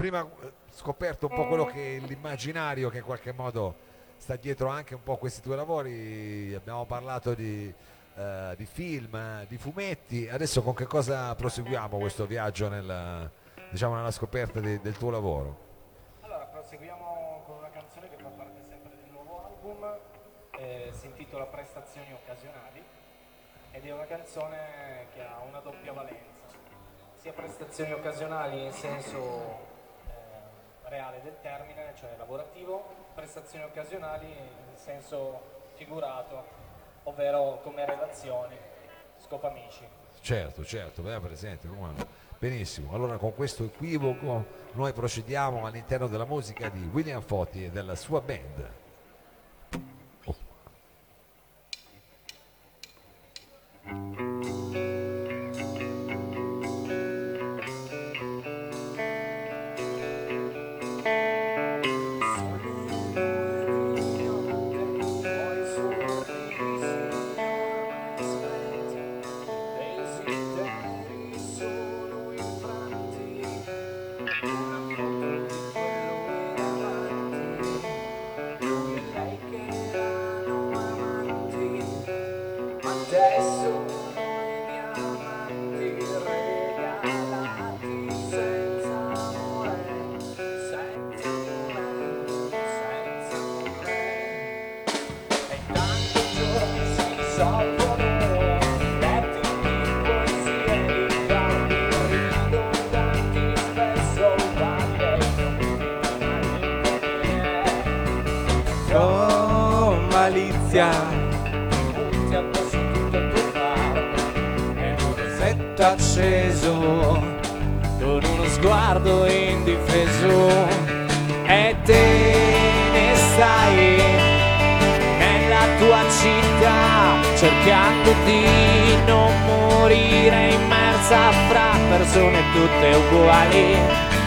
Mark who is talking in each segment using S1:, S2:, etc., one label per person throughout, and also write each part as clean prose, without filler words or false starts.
S1: prima scoperto un po' quello che è l'immaginario che in qualche modo sta dietro anche un po' a questi tuoi lavori. Abbiamo parlato di film, di fumetti. Adesso con che cosa proseguiamo questo viaggio diciamo, nella scoperta del tuo lavoro?
S2: Allora, proseguiamo con una canzone che fa parte sempre del nuovo album, si intitola Prestazioni occasionali ed è una canzone che ha una doppia valenza, sia prestazioni occasionali in senso reale del termine, cioè lavorativo, prestazioni occasionali in senso figurato, ovvero come relazioni, scopo amici.
S1: Certo, certo, beh, presente, come no. Benissimo, allora con questo equivoco noi procediamo all'interno della musica di William Foti e della sua band. Oh.
S2: Adesso noi amanti regalati senza amore, senza amore, senza amore. E tanti giorni si risolvono, letti di poesie e ricordi ridondanti, spesso vaghe con malizia. Acceso con uno sguardo indifeso e te ne stai nella tua città cercando di non morire immersa fra persone tutte uguali,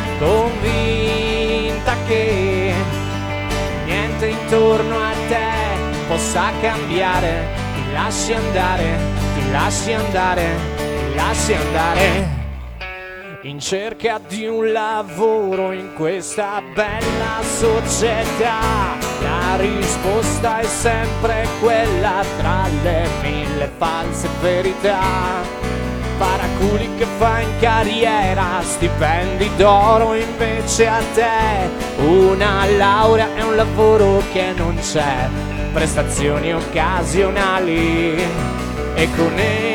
S2: convinta che niente intorno a te possa cambiare. Ti lasci andare, ti lasci andare, lasci andare in cerca di un lavoro in questa bella società. La risposta è sempre quella tra le mille false verità. Paraculi che fa in carriera, stipendi d'oro invece a te. Una laurea è un lavoro che non c'è, prestazioni occasionali e con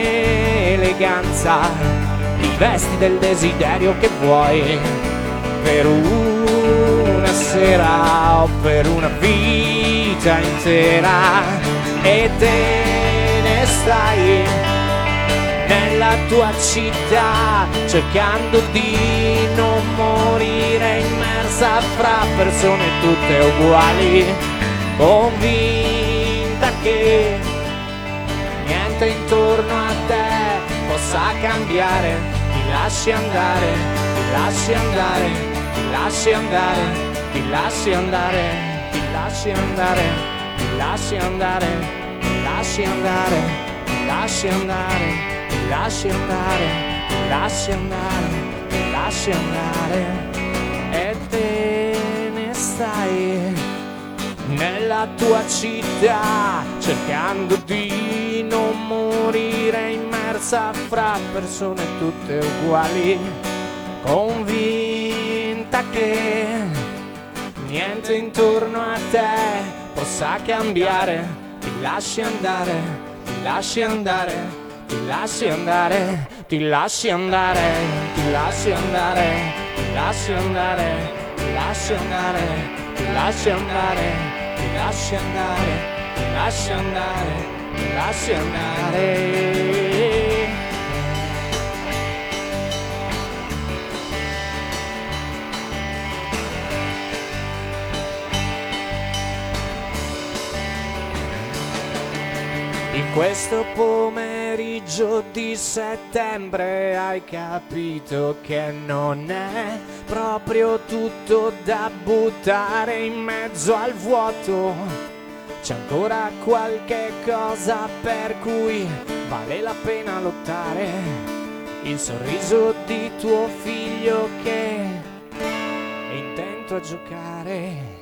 S2: eleganza ti vesti del desiderio che vuoi per una sera o per una vita intera e te ne stai nella tua città cercando di non morire immersa fra persone tutte uguali, convinta che niente intorno a te possa cambiare. Ti lasci andare, ti lasci andare, ti lasci andare, ti lasci andare, ti lasci andare, ti lasci andare, ti lasci andare, ti lasci andare, ti lasci andare, ti lasci andare, ti lasci andare e te ne stai nella tua città cercando di non morire immersa fra persone tutte uguali, convinta che niente intorno a te possa cambiare. Ti lasci andare, ti lasci andare, ti lasci andare, ti lasci andare, ti lasci andare, ti lasci andare, ti lasci andare, ti lasci andare, ti lasci andare, ti lasci andare, ti lasci andare. In questo pomeriggio di settembre hai capito che non è proprio tutto da buttare in mezzo al vuoto. C'è ancora qualche cosa per cui vale la pena lottare. Il sorriso di tuo figlio che abituato a giocare.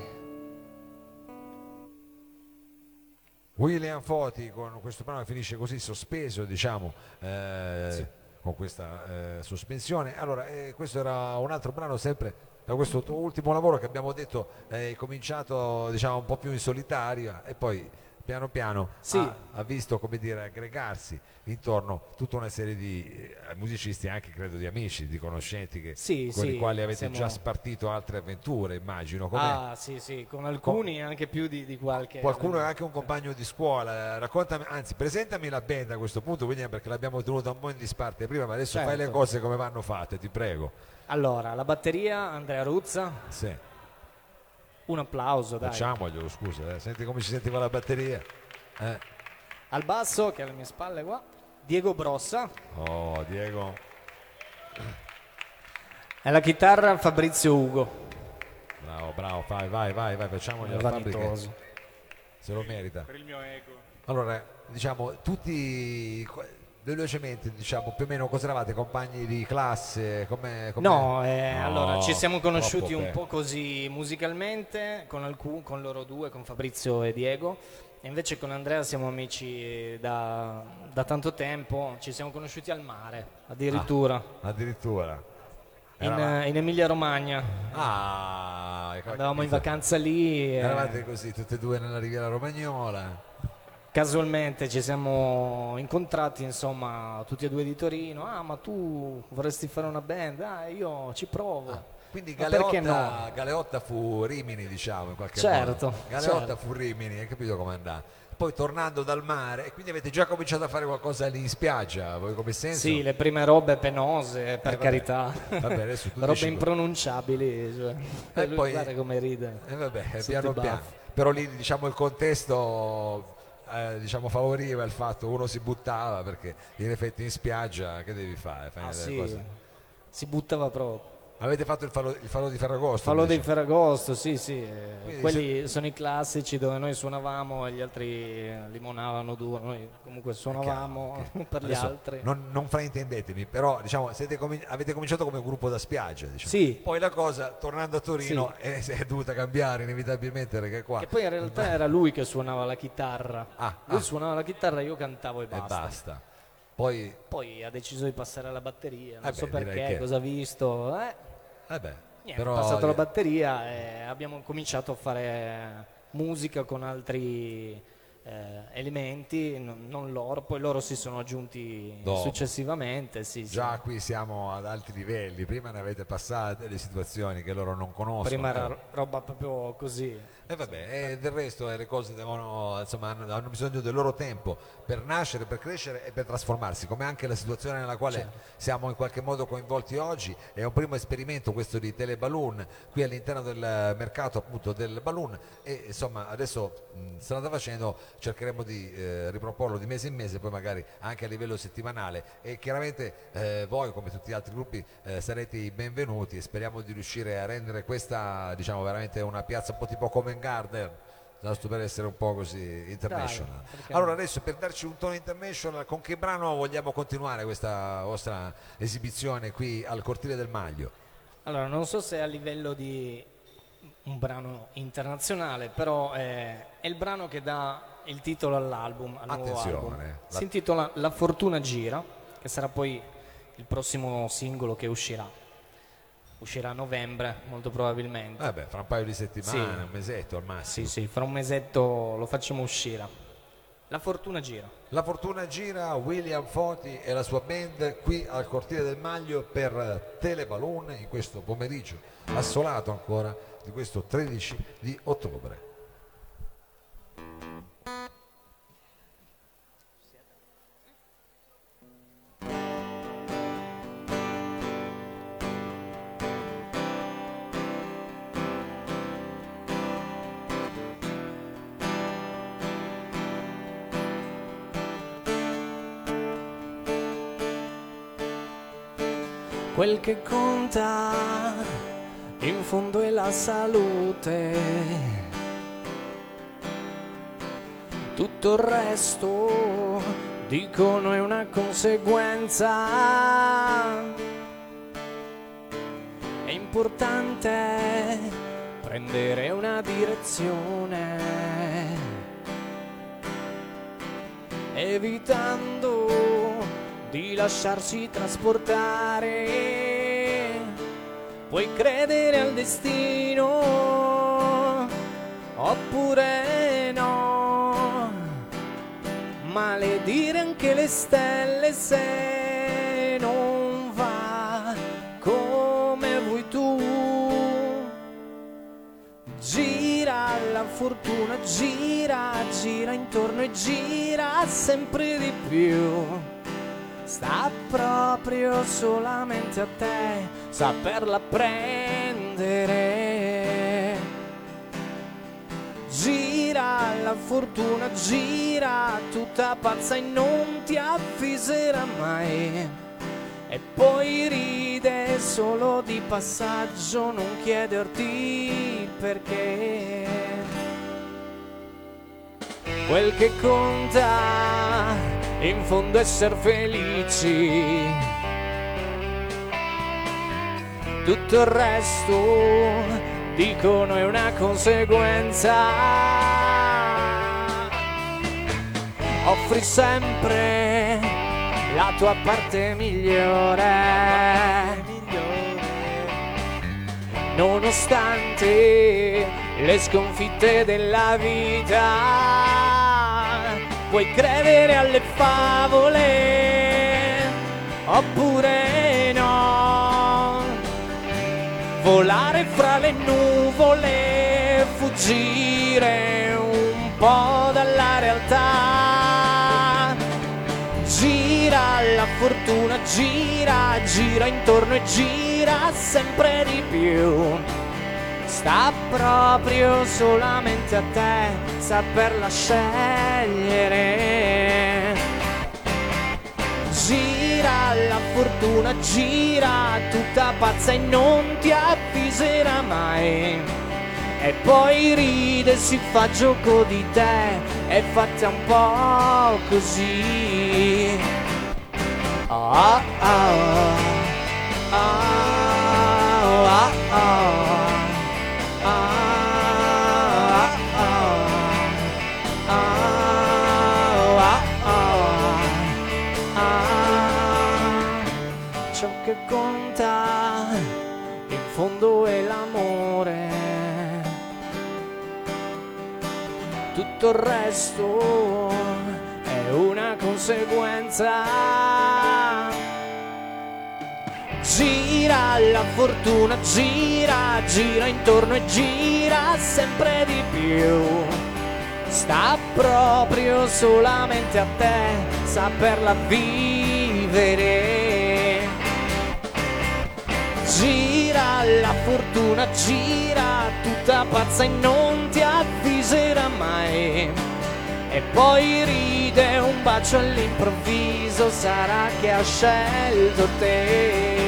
S1: William Foti con questo brano finisce così sospeso, diciamo,
S2: Sì.
S1: con questa sospensione. Allora, questo era un altro brano sempre da questo tuo ultimo lavoro che abbiamo detto è cominciato, diciamo, un po' più in solitaria e poi piano piano
S2: Sì.
S1: ha visto, come dire, aggregarsi intorno tutta una serie di musicisti, anche credo di amici, di conoscenti
S2: Sì,
S1: con i
S2: sì,
S1: quali avete
S2: siamo-
S1: già spartito altre avventure, immagino. Com'è?
S2: Ah, sì, con alcuni anche più di qualche.
S1: Qualcuno è anche un compagno di scuola, raccontami, anzi presentami la band a questo punto, William, perché l'abbiamo tenuta un po' in disparte prima, ma adesso fai le
S2: Certo.
S1: cose come vanno fatte, ti prego.
S2: Allora, la batteria Andrea Ruzza,
S1: Sì,
S2: un applauso, dai.
S1: facciamoglielo, scusa, senti come si sentiva la batteria.
S2: Al basso, che è alle mie spalle qua, Diego Brossa.
S1: Oh, Diego,
S2: E alla chitarra Fabrizio Ugo.
S1: bravo, vai, facciamogli la fabbrica,
S2: Vanitoso.
S1: se lo merita.
S3: Per il mio ego.
S1: Allora, diciamo, tutti velocemente, diciamo, più o meno cosa eravate, compagni di classe? Come...
S2: No,
S1: No,
S2: allora ci siamo conosciuti
S1: troppo
S2: un po' così musicalmente con loro due, con Fabrizio e Diego, e invece con Andrea siamo amici da tanto tempo, ci siamo conosciuti al mare addirittura,
S1: Addirittura.
S2: in Emilia Romagna. Andavamo in vacanza lì e
S1: Eravate così, tutte e due nella Riviera Romagnola.
S2: casualmente ci siamo incontrati, insomma, tutti e due di Torino. Ah, ma tu vorresti fare una band? Ah, io ci provo.
S1: Quindi
S2: Ma perché
S1: Galeotta,
S2: no?
S1: Galeotta fu Rimini, diciamo, in qualche
S2: Certo,
S1: modo. Galeotta
S2: certo.
S1: fu Rimini, hai capito come andà? Poi tornando dal mare, e quindi avete già cominciato a fare qualcosa lì in spiaggia, voi come senso?
S2: Sì, le prime robe penose, per
S1: vabbè.
S2: carità.
S1: Vabbè, adesso tu
S2: Robe
S1: dici-
S2: impronunciabili. Cioè.
S1: E
S2: Lui
S1: poi-
S2: guarda come ride.
S1: Vabbè,
S2: Sotto
S1: piano
S2: i
S1: piano.
S2: baffi.
S1: Però lì, diciamo, il contesto diciamo, favoriva il fatto uno si buttava, perché in effetti in spiaggia che devi fare? Fai
S2: Ah,
S1: delle
S2: sì,
S1: cose.
S2: si buttava proprio.
S1: Avete fatto il falò di Ferragosto?
S2: Falò
S1: mi
S2: dei
S1: dice?
S2: Ferragosto, sì.
S1: Quindi
S2: Quelli sono i classici dove noi suonavamo e gli altri limonavano duro. Noi comunque suonavamo per gli
S1: Adesso
S2: altri.
S1: non fraintendetemi, però diciamo, avete cominciato come gruppo da spiaggia, diciamo.
S2: Sì.
S1: Poi la cosa, tornando a Torino, è dovuta cambiare inevitabilmente, perché qua
S2: Che poi in realtà era lui che suonava la chitarra.
S1: Ah,
S2: Lui suonava la chitarra, io cantavo e
S1: e
S2: basta.
S1: basta. Poi,
S2: Poi ha deciso di passare alla batteria, non
S1: beh,
S2: so
S1: direi
S2: perché,
S1: che-
S2: cosa ha visto.
S1: vabbè,
S2: Niente,
S1: però
S2: ho passato la batteria e abbiamo cominciato a fare musica con altri elementi, non loro, poi loro si sono aggiunti
S1: Dopo.
S2: successivamente. Sì.
S1: già qui siamo ad alti livelli, prima ne avete passate delle situazioni che loro non conoscono.
S2: Prima era roba proprio così.
S1: E vabbè, e del resto le cose devono, insomma, hanno bisogno del loro tempo per nascere, per crescere e per trasformarsi, come anche la situazione nella quale
S2: Certo.
S1: siamo in qualche modo coinvolti oggi. È un primo esperimento questo di Teleballoon qui all'interno del mercato appunto del balloon e insomma adesso strada facendo cercheremo di riproporlo di mese in mese, poi magari anche a livello settimanale e chiaramente voi come tutti gli altri gruppi sarete i benvenuti e speriamo di riuscire a rendere questa, diciamo, veramente una piazza un po' tipo Covent Garden, giusto per essere un po' così international.
S2: perché
S1: Allora
S2: no?
S1: adesso per darci un tono international, con che brano vogliamo continuare questa vostra esibizione qui al Cortile del Maglio?
S2: Allora, non so se a livello di un brano internazionale, però è il brano che dà il titolo all'album, al nuovo
S1: Attenzione,
S2: album.
S1: la-
S2: Si intitola La fortuna gira, che sarà poi il prossimo singolo che uscirà. Uscirà a novembre, molto probabilmente.
S1: Vabbè, fra un paio di settimane,
S2: Sì.
S1: un mesetto al massimo.
S2: Sì, fra un mesetto lo facciamo uscire. La fortuna gira.
S1: La fortuna gira, William Foti e la sua band qui al Cortile del Maglio per Teleballoon in questo pomeriggio assolato ancora di questo 13 di ottobre.
S2: Quel che conta in fondo è la salute. Tutto il resto dicono è una conseguenza. È importante prendere una direzione, evitando di lasciarsi trasportare. Puoi credere al destino oppure no, maledire anche le stelle se non va come vuoi tu. Gira la fortuna, gira, gira intorno e gira sempre di più. Sta proprio solamente a te saperla prendere. Gira la fortuna, gira tutta pazza e non ti avviserà mai. E poi ride solo di passaggio, non chiederti il perché. Quel che conta in fondo è essere felici, tutto il resto dicono è una conseguenza. Offri sempre la tua parte migliore, nonostante le sconfitte della vita. Puoi credere alle favole oppure no, volare fra le nuvole, fuggire un po' dalla realtà. Gira la fortuna, gira, gira intorno e gira sempre di più. Sta proprio solamente a te saperla scegliere. Gira la fortuna, gira tutta pazza e non ti avviserà mai. E poi ride, si fa gioco di te, è fatta un po' così. Oh, oh, oh, oh, oh, oh. Ciò che conta in fondo è l'amore, tutto il resto è una conseguenza. Gira la fortuna, gira, gira intorno e gira sempre di più. Sta proprio solamente a te saperla vivere. Gira la fortuna, gira tutta pazza e non ti avviserà mai. E poi ride un bacio all'improvviso, sarà che ha scelto te.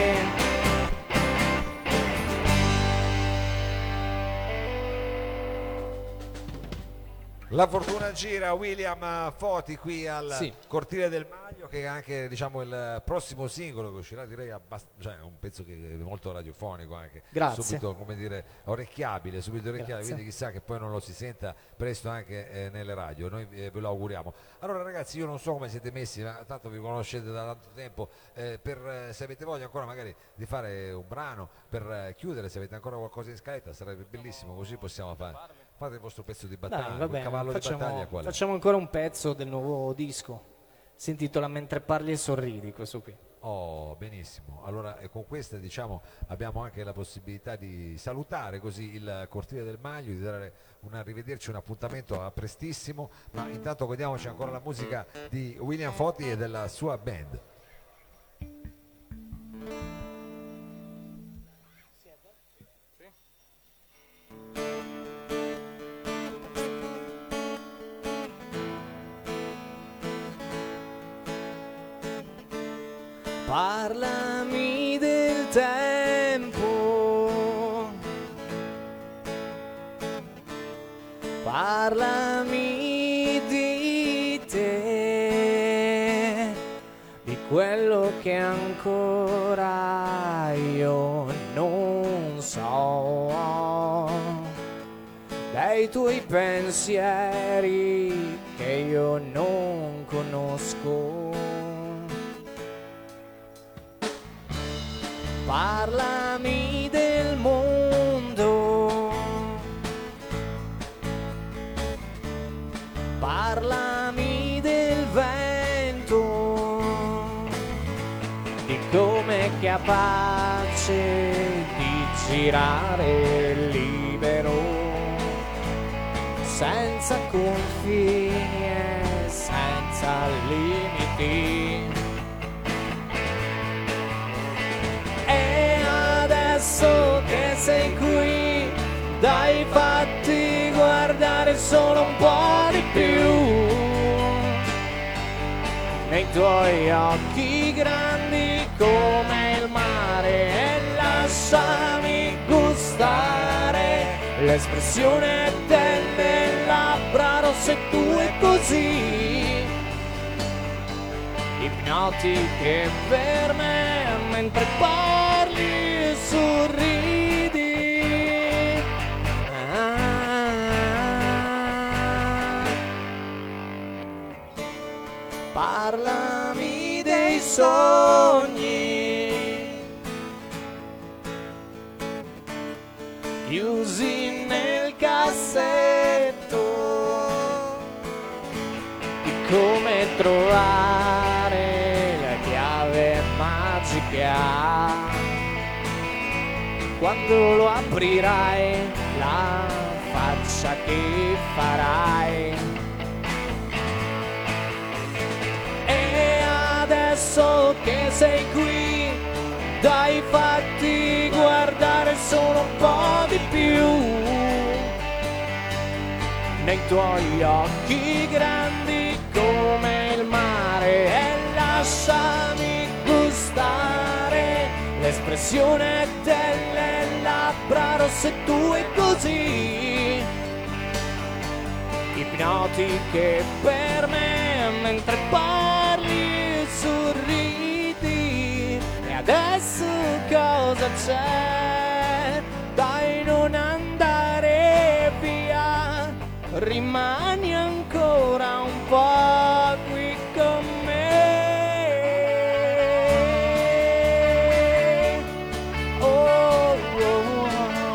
S1: La fortuna gira, William Foti qui al Cortile del Maglio, che è anche diciamo il prossimo singolo che uscirà, direi cioè, è un pezzo che è molto radiofonico anche.
S2: Grazie.
S1: Subito, come dire, orecchiabile, quindi chissà che poi non lo si senta presto anche nelle radio, noi ve lo auguriamo. Allora ragazzi, io non so come siete messi, ma tanto vi conoscete da tanto tempo, se avete voglia ancora magari di fare un brano per chiudere, se avete ancora qualcosa in scaletta sarebbe bellissimo, così possiamo fare. Fate il vostro pezzo di battaglia.
S2: Dai, va bene,
S1: il cavallo di battaglia qual è?
S2: Facciamo ancora un pezzo del nuovo disco, si intitola Mentre parli e sorridi, questo qui.
S1: Oh, benissimo. Allora con questa diciamo abbiamo anche la possibilità di salutare così il Cortile del Maglio, di dare un arrivederci, un appuntamento a prestissimo, ma intanto godiamoci ancora la musica di William Foti e della sua band.
S2: Parlami del tempo, parlami di te, di quello che ancora io non so. dei tuoi pensieri che io non conosco. Parlami del mondo, parlami del vento, di come è capace di girare libero, senza confini e senza limiti. E adesso che sei qui, dai fatti guardare solo un po' di più nei tuoi occhi grandi come il mare, e lasciami gustare l'espressione delle labbra rosse tue così ipnotiche per me, mentre parli e sorridi. Parlami dei sogni chiusi nel cassetto, di come trovare la chiave magica quando lo aprirai, la faccia che farai. E adesso che sei qui, dai fatti guardare solo un po' di più nei tuoi occhi grandi come il mare, e lasciami gustare l'espressione delle labbra rosse tue così ipnotiche per me, mentre parli e sorridi. E adesso cosa c'è? Dai, non andare via, rimani ancora un po' qui con me. Oh, oh, oh.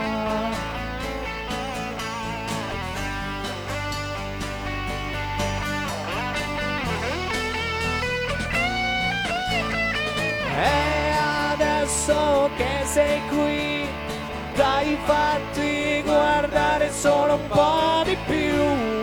S2: E adesso che sei qui, dai fatti guardare solo un po' di più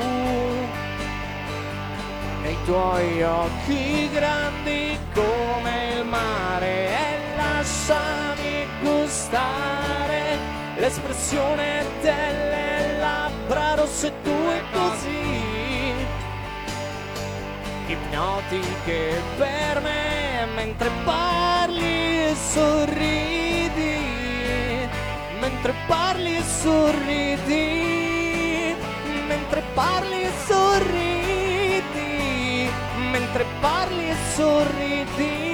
S2: nei tuoi occhi grandi come il mare, e lasciami gustare l'espressione delle labbra rosse tue così ipnotiche per me, mentre parli e sorridi, mentre parli e sorridi, mentre parli e sorridi, mentre parli e sorridi.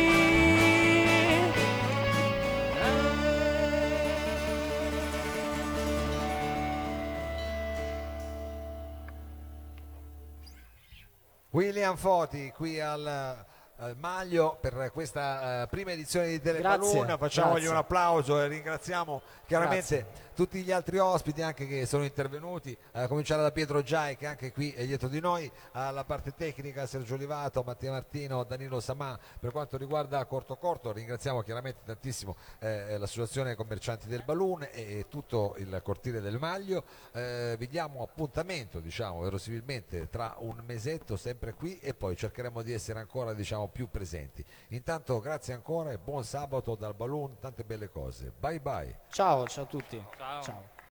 S1: William Foti qui al Maglio per questa prima edizione di Teleballoon. Facciamogli un applauso e ringraziamo chiaramente tutti gli altri ospiti anche che sono intervenuti, a cominciare da Pietro Giai che anche qui è dietro di noi, alla parte tecnica Sergio Olivato, Mattia Martino, Danilo Samà. Per quanto riguarda Corto Corto ringraziamo chiaramente tantissimo l'associazione commercianti del Balloon e tutto il cortile del Maglio. Vi diamo appuntamento, diciamo, verosimilmente tra un mesetto sempre qui, e poi cercheremo di essere ancora, diciamo, più presenti. Intanto grazie ancora e buon sabato dal Balloon, tante belle cose. Bye bye.
S2: Ciao a tutti. Ciao.